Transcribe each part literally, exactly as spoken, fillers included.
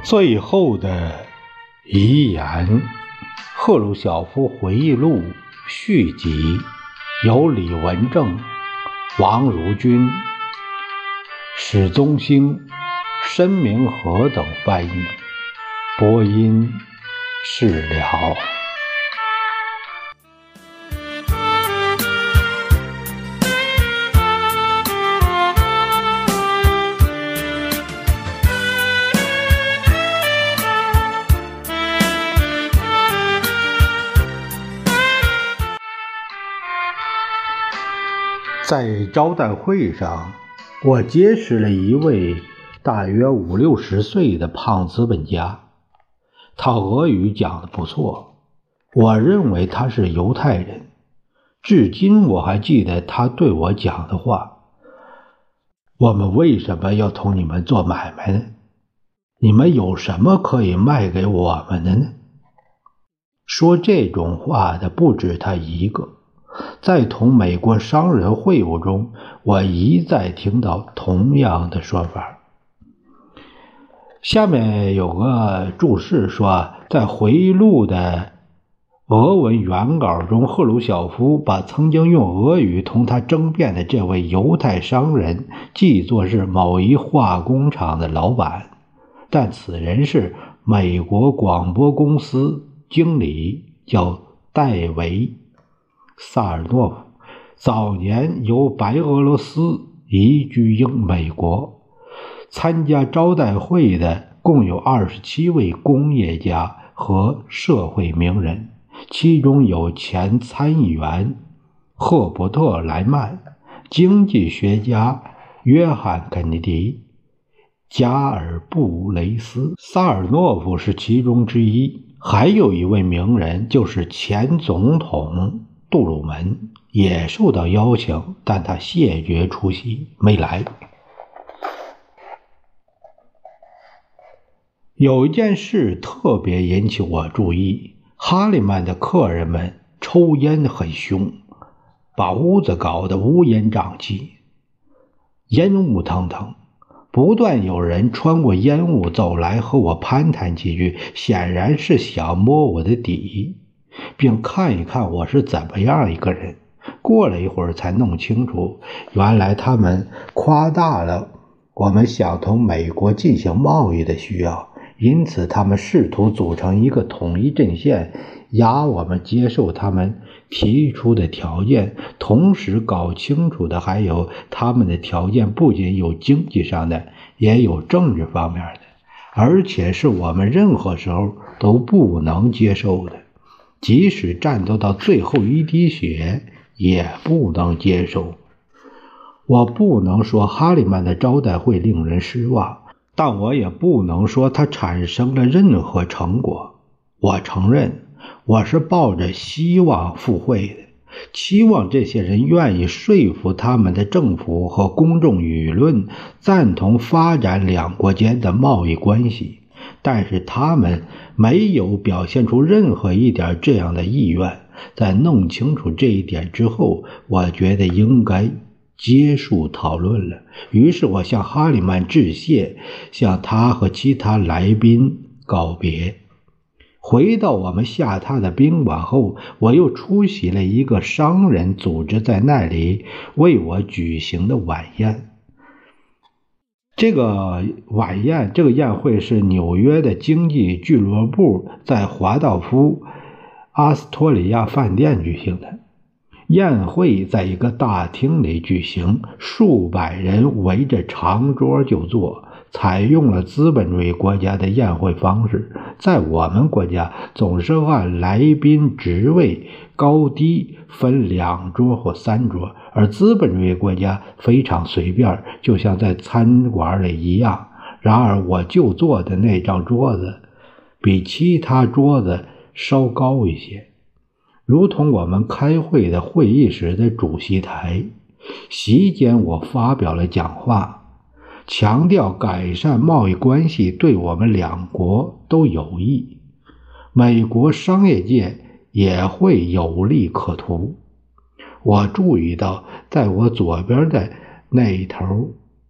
最后的遗言，赫鲁晓夫回忆录续集，由李文正、王如君、史宗兴、申明和等翻译，播音释了。在招待会上，我结识了一位大约五六十岁的胖资本家，他俄语讲得不错，我认为他是犹太人。至今我还记得他对我讲的话：我们为什么要同你们做买卖呢？你们有什么可以卖给我们的呢？说这种话的不止他一个，在同美国商人会晤中，我一再听到同样的说法。下面有个注释说，在回忆录的俄文原稿中，赫鲁晓夫把曾经用俄语同他争辩的这位犹太商人记作是某一化工厂的老板，但此人是美国广播公司经理，叫戴维萨尔诺夫，早年由白俄罗斯移居英美国。参加招待会的共有二十七位工业家和社会名人，其中有前参议员赫伯特·莱曼、经济学家约翰·肯尼迪、加尔布雷斯。萨尔诺夫是其中之一，还有一位名人就是前总统杜鲁门，也受到邀请，但他谢绝出席，没来。有一件事特别引起我注意，哈利曼的客人们抽烟很凶，把屋子搞得乌烟瘴气，烟雾腾腾，不断有人穿过烟雾走来和我攀谈几句，显然是想摸我的底，并看一看我是怎么样一个人。过了一会儿才弄清楚，原来他们夸大了我们想同美国进行贸易的需要，因此他们试图组成一个统一阵线，压我们接受他们提出的条件。同时搞清楚的还有，他们的条件不仅有经济上的，也有政治方面的，而且是我们任何时候都不能接受的，即使战斗到最后一滴血也不能接受。我不能说哈利曼的招待会令人失望，但我也不能说它产生了任何成果。我承认我是抱着希望赴会的，期望这些人愿意说服他们的政府和公众舆论赞同发展两国间的贸易关系，但是他们没有表现出任何一点这样的意愿。在弄清楚这一点之后，我觉得应该结束讨论了。于是我向哈利曼致谢，向他和其他来宾告别。回到我们下榻的宾馆后，我又出席了一个商人组织在那里为我举行的晚宴。这个晚宴，这个宴会是纽约的经济俱乐部在华道夫阿斯托里亚饭店举行的。宴会在一个大厅里举行，数百人围着长桌就坐，采用了资本主义国家的宴会方式。在我们国家总是按来宾职位高低分两桌或三桌，而资本主义国家非常随便，就像在餐馆里一样。然而我就坐的那张桌子比其他桌子稍高一些，如同我们开会的会议室的主席台。席间我发表了讲话，强调改善贸易关系对我们两国都有益，美国商业界也会有利可图。我注意到在我左边的那一头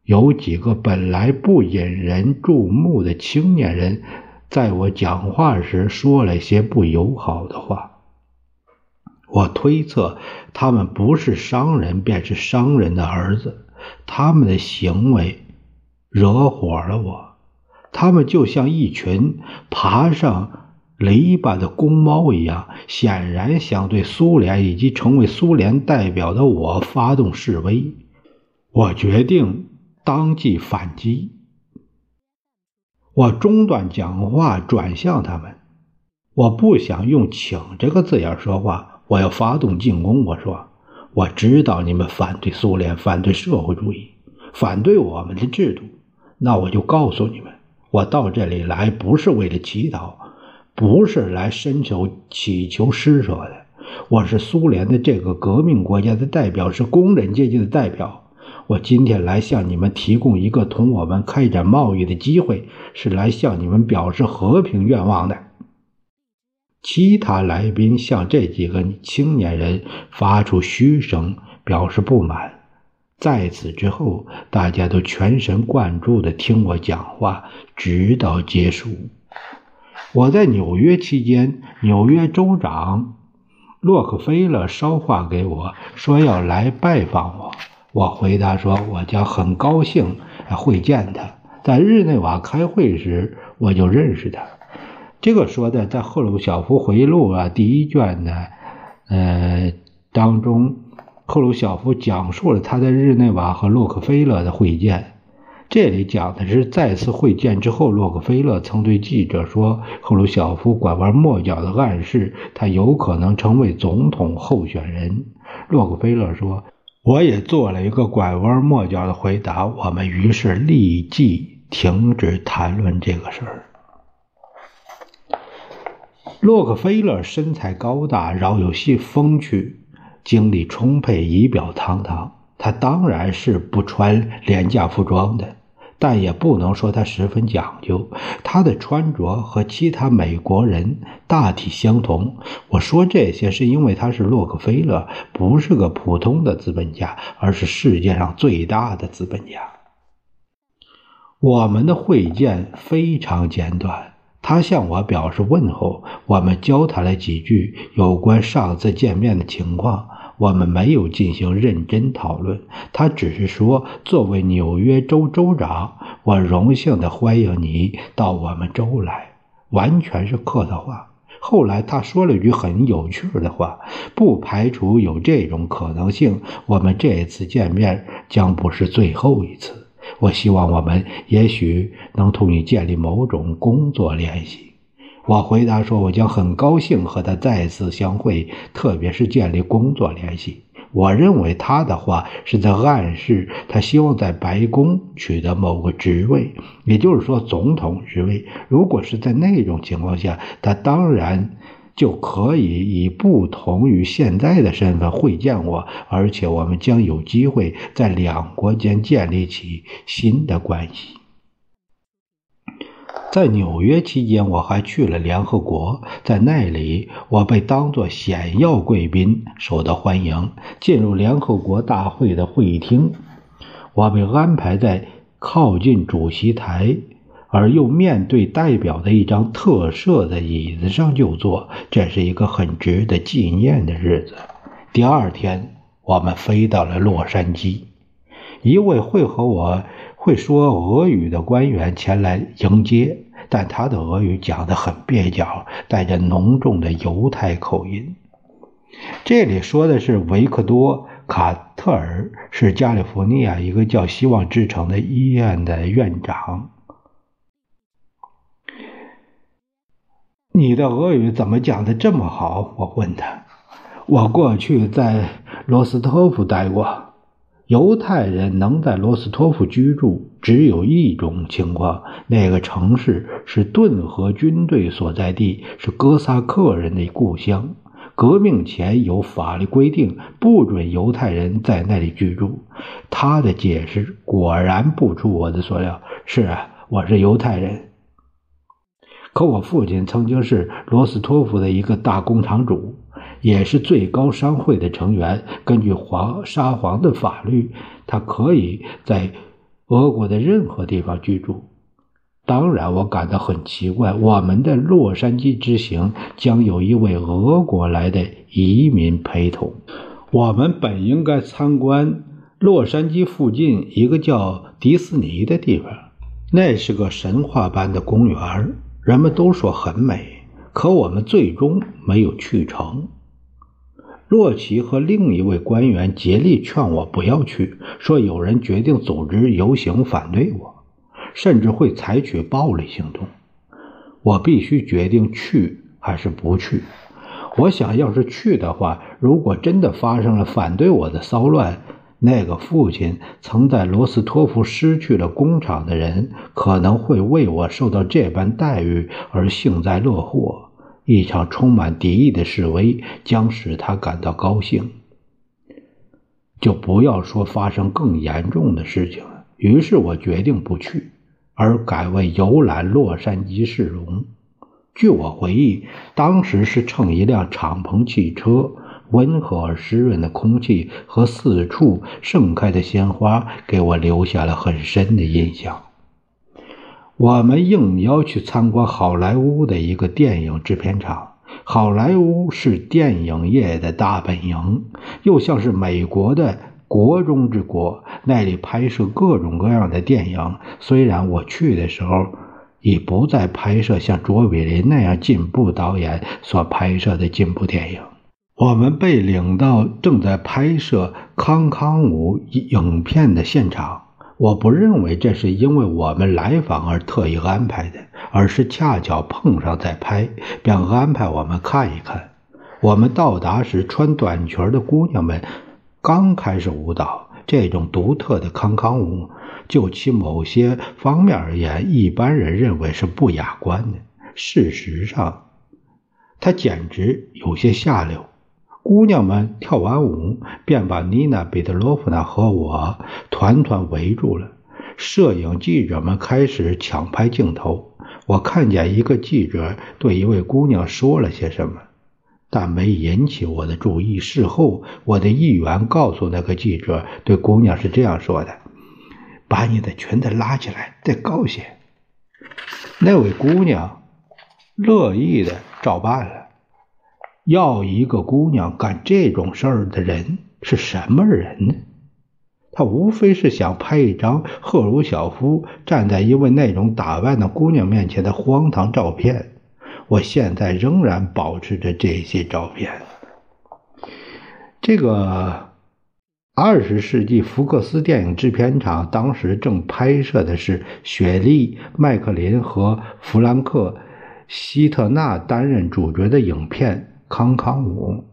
有几个本来不引人注目的青年人在我讲话时说了些不友好的话。我推测他们不是商人便是商人的儿子，他们的行为惹火了我。他们就像一群爬上篱笆的公猫一样，显然想对苏联以及成为苏联代表的我发动示威。我决定当即反击。我中断讲话，转向他们。我不想用请这个字眼说话，我要发动进攻。我说，我知道你们反对苏联，反对社会主义，反对我们的制度，那我就告诉你们，我到这里来不是为了乞讨，不是来伸手祈求施舍的。我是苏联的这个革命国家的代表，是工人阶级的代表。我今天来向你们提供一个同我们开展贸易的机会，是来向你们表示和平愿望的。其他来宾向这几个青年人发出嘘声，表示不满。在此之后，大家都全神贯注地听我讲话，直到结束。我在纽约期间，纽约州长洛克菲勒捎话给我，说要来拜访我。我回答说，我将很高兴会见他。在日内瓦开会时，我就认识他。这个说的在赫鲁晓夫回忆录啊第一卷呢，呃当中，赫鲁晓夫讲述了他在日内瓦和洛克菲勒的会见。这里讲的是再次会见之后，洛克菲勒曾对记者说，赫鲁晓夫拐弯抹角的暗示他有可能成为总统候选人。洛克菲勒说，我也做了一个拐弯抹角的回答，我们于是立即停止谈论这个事儿。洛克菲勒身材高大，饶有些风趣，精力充沛，仪表堂堂。他当然是不穿廉价服装的，但也不能说他十分讲究。他的穿着和其他美国人大体相同。我说这些是因为他是洛克菲勒，不是个普通的资本家，而是世界上最大的资本家。我们的会见非常简短。他向我表示问候，我们交谈了几句有关上次见面的情况，我们没有进行认真讨论。他只是说，作为纽约州州长，我荣幸地欢迎你到我们州来，完全是客套话。后来他说了一句很有趣的话，不排除有这种可能性，我们这次见面将不是最后一次。我希望我们也许能同你建立某种工作联系。我回答说，我将很高兴和他再次相会，特别是建立工作联系。我认为他的话是在暗示他希望在白宫取得某个职位，也就是说总统职位。如果是在那种情况下，他当然就可以以不同于现在的身份会见我，而且我们将有机会在两国间建立起新的关系。在纽约期间，我还去了联合国，在那里我被当作显要贵宾受到欢迎。进入联合国大会的会议厅，我被安排在靠近主席台而又面对代表的一张特设的椅子上就坐，这是一个很值得纪念的日子。第二天，我们飞到了洛杉矶，一位会和我会说俄语的官员前来迎接，但他的俄语讲得很蹩脚，带着浓重的犹太口音。这里说的是维克多·卡特尔，是加利福尼亚一个叫希望之城的医院的院长。你的俄语怎么讲得这么好？我问他。我过去在罗斯托夫待过。犹太人能在罗斯托夫居住，只有一种情况，那个城市是顿河军队所在地，是哥萨克人的故乡。革命前有法律规定，不准犹太人在那里居住。他的解释果然不出我的所料。是啊，我是犹太人。可我父亲曾经是罗斯托夫的一个大工厂主，也是最高商会的成员。根据皇沙皇的法律，他可以在俄国的任何地方居住。当然我感到很奇怪，我们的洛杉矶之行将有一位俄国来的移民陪同。我们本应该参观洛杉矶附近一个叫迪士尼的地方，那是个神话般的公园，人们都说很美，可我们最终没有去成。洛奇和另一位官员竭力劝我不要去，说有人决定组织游行反对我，甚至会采取暴力行动。我必须决定去还是不去。我想要是去的话，如果真的发生了反对我的骚乱，那个父亲曾在罗斯托夫失去了工厂的人可能会为我受到这般待遇而幸灾乐祸。一场充满敌意的示威将使他感到高兴，就不要说发生更严重的事情了。于是我决定不去，而改为游览洛杉矶市容。据我回忆，当时是乘一辆敞篷汽车，温和而湿润的空气和四处盛开的鲜花给我留下了很深的印象。我们应邀去参观好莱坞的一个电影制片厂。好莱坞是电影业的大本营，又像是美国的国中之国，那里拍摄各种各样的电影。虽然我去的时候已不再拍摄像卓别林那样进步导演所拍摄的进步电影。我们被领到正在拍摄康康舞影片的现场。我不认为这是因为我们来访而特意安排的，而是恰巧碰上在拍，便安排我们看一看。我们到达时，穿短裙的姑娘们刚开始舞蹈。这种独特的康康舞，就其某些方面而言，一般人认为是不雅观的。事实上，它简直有些下流。姑娘们跳完舞，便把妮娜·彼得罗夫娜和我团团围住了。摄影记者们开始抢拍镜头。我看见一个记者对一位姑娘说了些什么，但没引起我的注意。事后，我的议员告诉那个记者，对姑娘是这样说的：把你的裙子拉起来，再高些。那位姑娘乐意的照办了。要一个姑娘干这种事儿的人是什么人呢？他无非是想拍一张赫鲁晓夫站在一位那种打扮的姑娘面前的荒唐照片。我现在仍然保持着这些照片。这个二十世纪福克斯电影制片厂当时正拍摄的是雪莉·麦克林和弗兰克·希特纳担任主角的影片康康舞。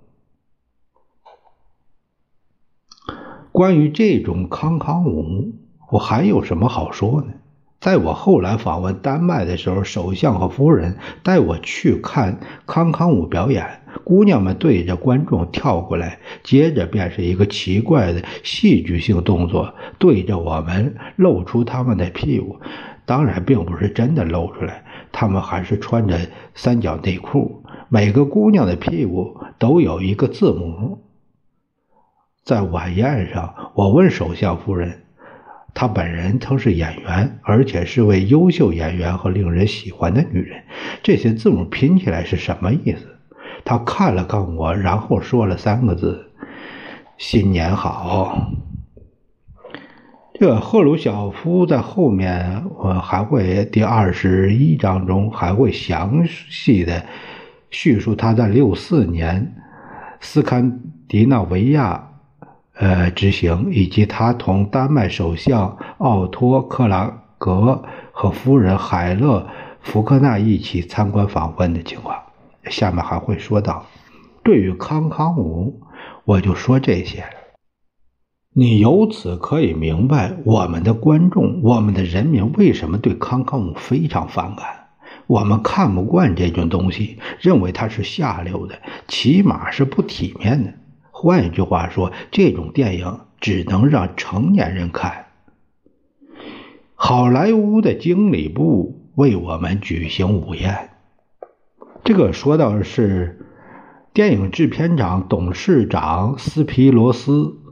关于这种康康舞，我还有什么好说呢？在我后来访问丹麦的时候，首相和夫人带我去看康康舞表演。姑娘们对着观众跳过来，接着便是一个奇怪的戏剧性动作，对着我们露出他们的屁股。当然并不是真的露出来，他们还是穿着三角内裤。每个姑娘的屁股都有一个字母。在晚宴上，我问首相夫人，她本人曾是演员，而且是位优秀演员和令人喜欢的女人，这些字母拼起来是什么意思？她看了看我，然后说了三个字：新年好。这个赫鲁晓夫在后面我还会第二十一章中还会详细的叙述他在六四年斯堪的纳维亚呃执行，以及他同丹麦首相奥托·克拉格和夫人海勒·福克纳一起参观访问的情况。下面还会说到。对于康康舞，我就说这些了。你由此可以明白我们的观众，我们的人民为什么对康康舞非常反感。我们看不惯这种东西，认为它是下流的，起码是不体面的。换一句话说，这种电影只能让成年人看。好莱坞的经理部为我们举行午宴。这个说到的是电影制片厂董事长斯皮罗斯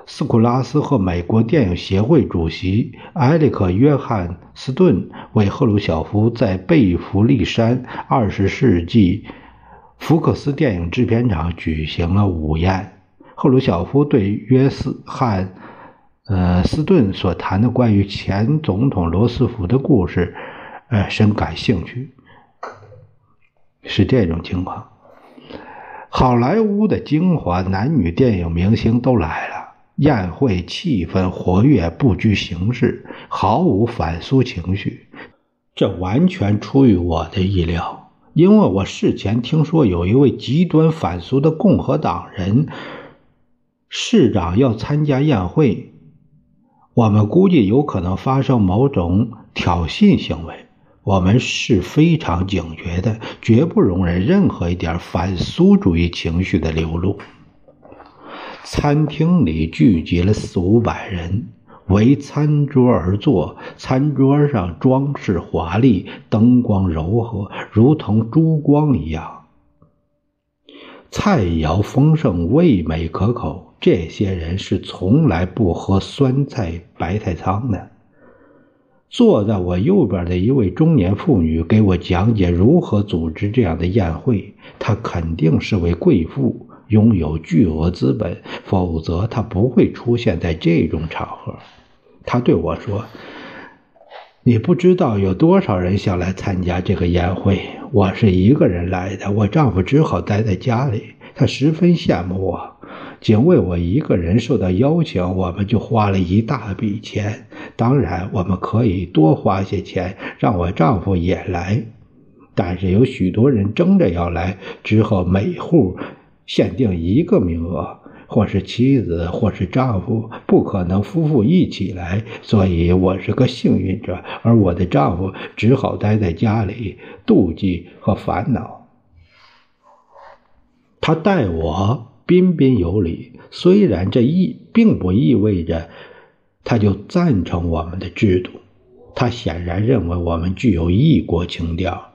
斯库拉斯和美国电影协会主席埃里克·约翰斯顿为赫鲁晓夫在贝弗利山二十世纪福克斯电影制片厂举行了午宴。赫鲁晓夫对约翰呃斯顿所谈的关于前总统罗斯福的故事呃深感兴趣。是这种情况，好莱坞的精华男女电影明星都来了，宴会气氛活跃，不拘形式，毫无反苏情绪。这完全出于我的意料，因为我事前听说有一位极端反苏的共和党人市长要参加宴会，我们估计有可能发生某种挑衅行为。我们是非常警觉的，绝不容忍任何一点反苏主义情绪的流露。餐厅里聚集了四五百人，围餐桌而坐，餐桌上装饰华丽，灯光柔和，如同珠光一样。菜肴丰盛，味美可口，这些人是从来不喝酸菜白菜汤的。坐在我右边的一位中年妇女给我讲解如何组织这样的宴会，她肯定是位贵妇，拥有巨额资本，否则她不会出现在这种场合。她对我说，你不知道有多少人想来参加这个宴会，我是一个人来的，我丈夫只好待在家里，他十分羡慕我，仅为我一个人受到邀请，我们就花了一大笔钱。当然我们可以多花些钱让我丈夫也来，但是有许多人争着要来，只好每户限定一个名额，或是妻子或是丈夫，不可能夫妇一起来，所以我是个幸运者，而我的丈夫只好待在家里妒忌和烦恼。他待我彬彬有礼，虽然这意并不意味着他就赞成我们的制度，他显然认为我们具有异国情调。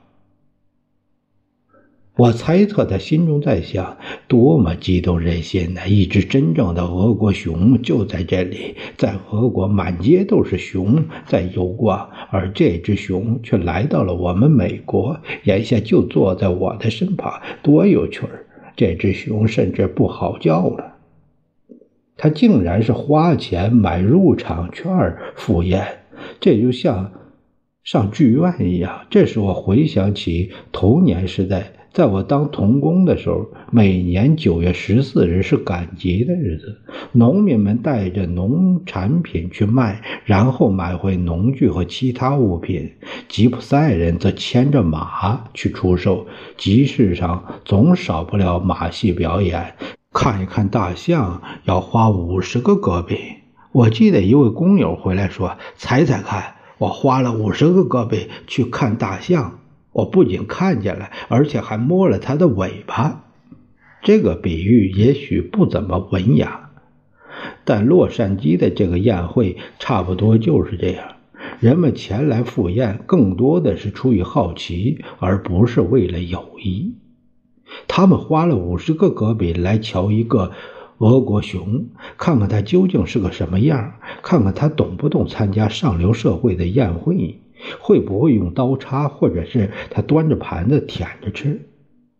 我猜测他心中在想，多么激动人心呢！一只真正的俄国熊就在这里，在俄国满街都是熊在游逛，而这只熊却来到了我们美国，眼下就坐在我的身旁，多有趣儿！这只熊甚至不嚎叫了。他竟然是花钱买入场券赴宴，这就像上剧院一样。这使我回想起童年时代，在我当童工的时候，每年九月十四日是赶集的日子，农民们带着农产品去卖，然后买回农具和其他物品，吉普赛人则牵着马去出售，集市上总少不了马戏表演。看一看大象要花五十个戈币。我记得一位工友回来说，猜猜看，我花了五十个戈币去看大象，我不仅看见了，而且还摸了它的尾巴。这个比喻也许不怎么文雅，但洛杉矶的这个宴会差不多就是这样。人们前来赴宴更多的是出于好奇，而不是为了友谊。他们花了五十个戈比来瞧一个俄国熊，看看他究竟是个什么样，看看他懂不懂参加上流社会的宴会，会不会用刀叉，或者是他端着盘子舔着吃。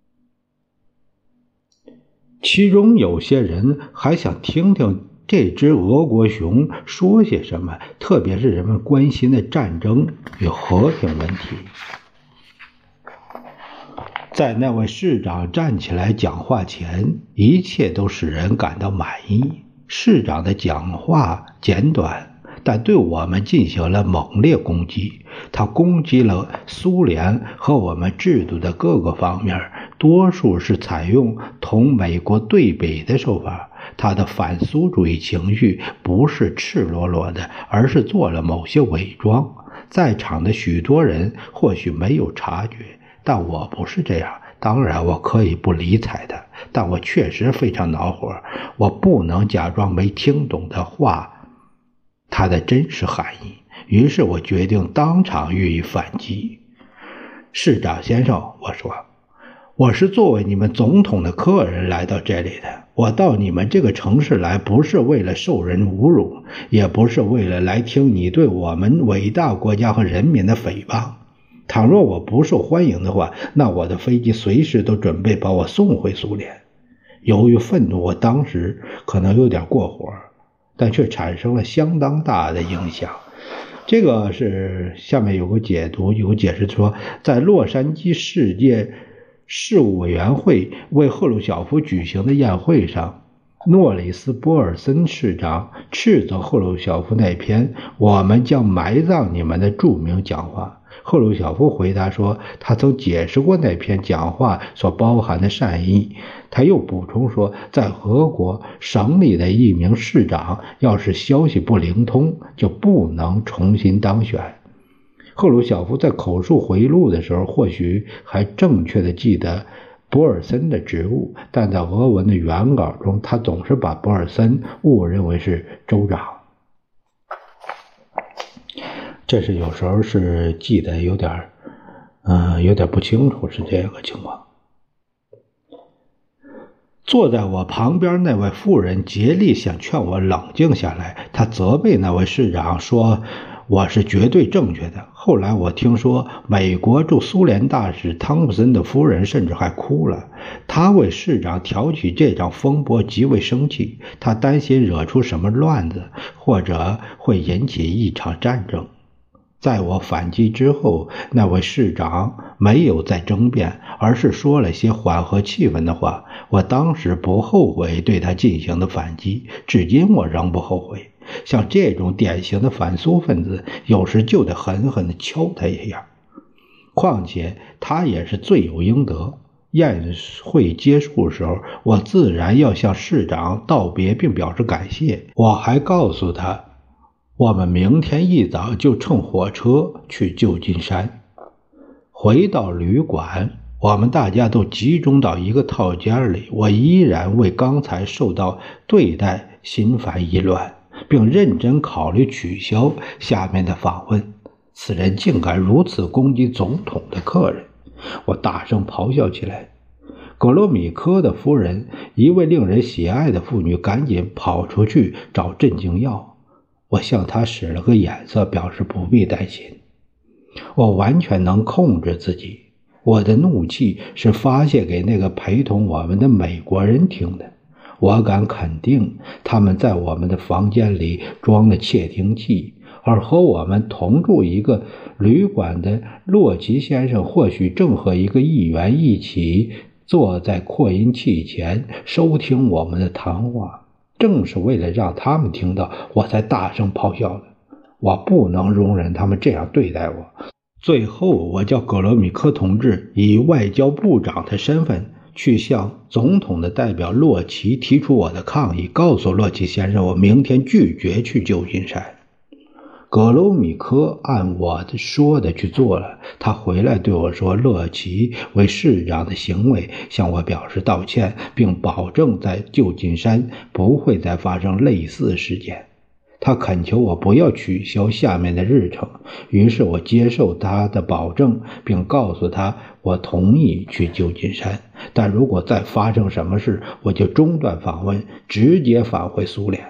其中有些人还想听听这只俄国熊说些什么，特别是人们关心的战争与和平问题。在那位市长站起来讲话前，一切都使人感到满意。市长的讲话简短，但对我们进行了猛烈攻击。他攻击了苏联和我们制度的各个方面，多数是采用同美国对比的手法。他的反苏主义情绪不是赤裸裸的，而是做了某些伪装。在场的许多人或许没有察觉，但我不是这样。当然我可以不理睬他，但我确实非常恼火，我不能假装没听懂的话它的真实含义。于是我决定当场予以反击。市长先生，我说， 我是作为你们总统的客人来到这里的。我到你们这个城市来，不是为了受人侮辱，也不是为了来听你对我们伟大国家和人民的诽谤。倘若我不受欢迎的话，那我的飞机随时都准备把我送回苏联。由于愤怒，我当时可能有点过火，但却产生了相当大的影响。这个是下面有个解读，有个解释说，在洛杉矶世界事务委员会为赫鲁晓夫举行的宴会上，诺里斯·波尔森市长斥责赫鲁晓夫那篇我们将埋葬你们的著名讲话。赫鲁晓夫回答说，他曾解释过那篇讲话所包含的善意。他又补充说，在俄国省里的一名市长要是消息不灵通，就不能重新当选。赫鲁晓夫在口述回忆录的时候，或许还正确的记得博尔森的职务，但在俄文的原稿中，他总是把博尔森误认为是州长。这是有时候是记得有点嗯、呃，有点不清楚，是这个情况。坐在我旁边那位妇人竭力想劝我冷静下来，她责备那位市长说我是绝对正确的。后来我听说美国驻苏联大使汤普森的夫人甚至还哭了，她为市长挑起这场风波极为生气，她担心惹出什么乱子，或者会引起一场战争。在我反击之后，那位市长没有再争辩，而是说了些缓和气氛的话。我当时不后悔对他进行的反击，至今我仍不后悔。像这种典型的反苏分子，有时就得狠狠地敲他一下。况且他也是罪有应得。宴会结束时候，我自然要向市长道别并表示感谢。我还告诉他，我们明天一早就乘火车去旧金山。回到旅馆，我们大家都集中到一个套间里，我依然为刚才受到对待心烦意乱，并认真考虑取消下面的访问。此人竟敢如此攻击总统的客人，我大声咆哮起来。格罗米科的夫人，一位令人喜爱的妇女，赶紧跑出去找镇静药。我向他使了个眼色，表示不必担心。我完全能控制自己。我的怒气是发泄给那个陪同我们的美国人听的。我敢肯定，他们在我们的房间里装了窃听器，而和我们同住一个旅馆的洛奇先生或许正和一个议员一起坐在扩音器前收听我们的谈话。正是为了让他们听到，我才大声咆哮的。我不能容忍他们这样对待我。最后，我叫葛罗米科同志以外交部长的身份去向总统的代表洛奇提出我的抗议，告诉洛奇先生，我明天拒绝去旧金山。葛罗米科按我的说的去做了。他回来对我说，洛奇为市长的行为向我表示道歉，并保证在旧金山不会再发生类似事件。他恳求我不要取消下面的日程，于是我接受他的保证，并告诉他我同意去旧金山，但如果再发生什么事，我就中断访问，直接返回苏联。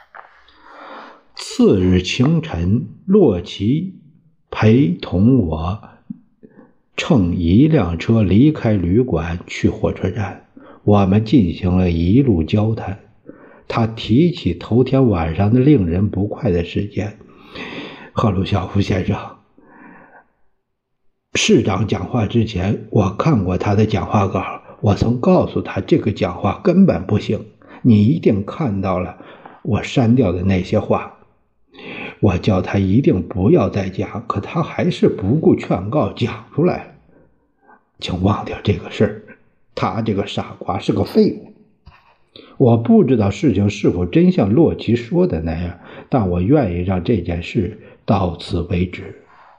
次日清晨，洛奇陪同我乘一辆车离开旅馆去火车站，我们进行了一路交谈。他提起头天晚上的令人不快的事件。赫鲁晓夫先生，市长讲话之前，我看过他的讲话稿，我曾告诉他这个讲话根本不行，你一定看到了我删掉的那些话。我叫他一定不要再讲，可他还是不顾劝告讲出来了。请忘掉这个事儿，他这个傻瓜是个废物。我不知道事情是否真像洛奇说的那样，但我愿意让这件事到此为止。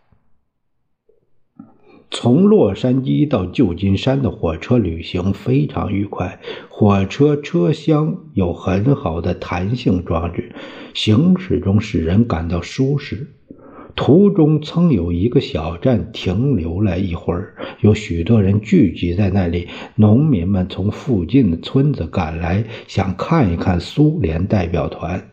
从洛杉矶到旧金山的火车旅行非常愉快，火车车厢有很好的弹性装置，行驶中使人感到舒适。 途中曾有一个小站停留了一会儿，有许多人聚集在那里，农民们从附近的村子赶来，想看一看苏联代表团。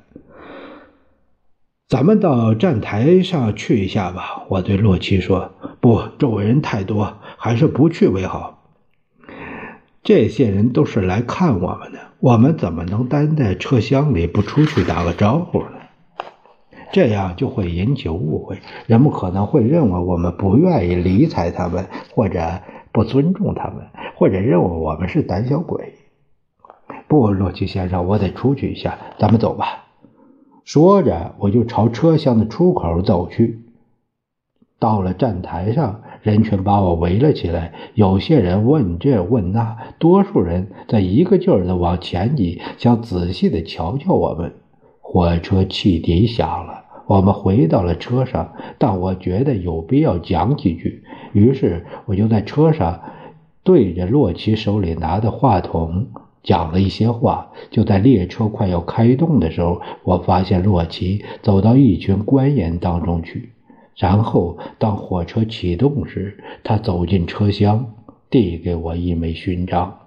咱们到站台上去一下吧，我对洛奇说。不，周围人太多，还是不去为好。这些人都是来看我们的，我们怎么能待在车厢里不出去打个招呼呢？这样就会引起误会，人们可能会认为我们不愿意理睬他们，或者不尊重他们，或者认为我们是胆小鬼。不，洛奇先生，我得出去一下，咱们走吧。说着，我就朝车厢的出口走去。到了站台上，人群把我围了起来，有些人问这问那，多数人在一个劲儿地往前挤，想仔细地瞧瞧我们。火车汽笛响了，我们回到了车上，但我觉得有必要讲几句，于是我就在车上对着洛奇手里拿的话筒讲了一些话。就在列车快要开动的时候，我发现洛奇走到一群官员当中去，然后当火车启动时，他走进车厢，递给我一枚勋章。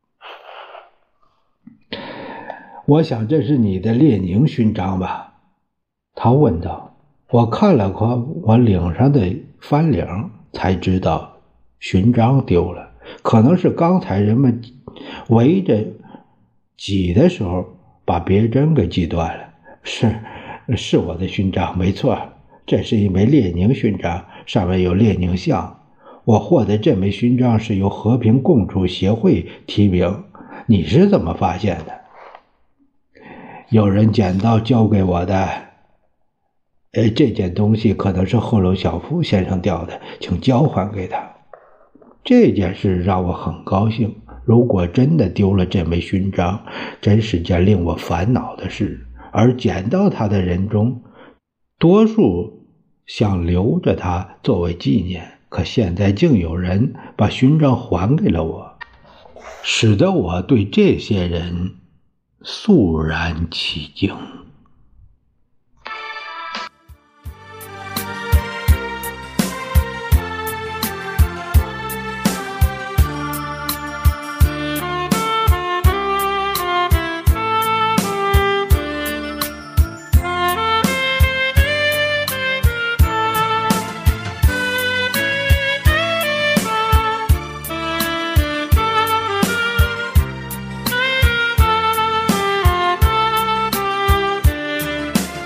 我想这是你的列宁勋章吧？他问道。我看了看我领上的翻领，才知道勋章丢了，可能是刚才人们围着挤的时候把别针给挤断了。是，是我的勋章，没错，这是一枚列宁勋章，上面有列宁像。我获得这枚勋章是由和平共处协会提名。你是怎么发现的？有人捡到交给我的。呃，这件东西可能是赫鲁晓夫先生掉的，请交还给他。这件事让我很高兴，如果真的丢了这枚勋章，真是件令我烦恼的事。而捡到它的人中，多数想留着它作为纪念，可现在竟有人把勋章还给了我，使得我对这些人肃然起敬。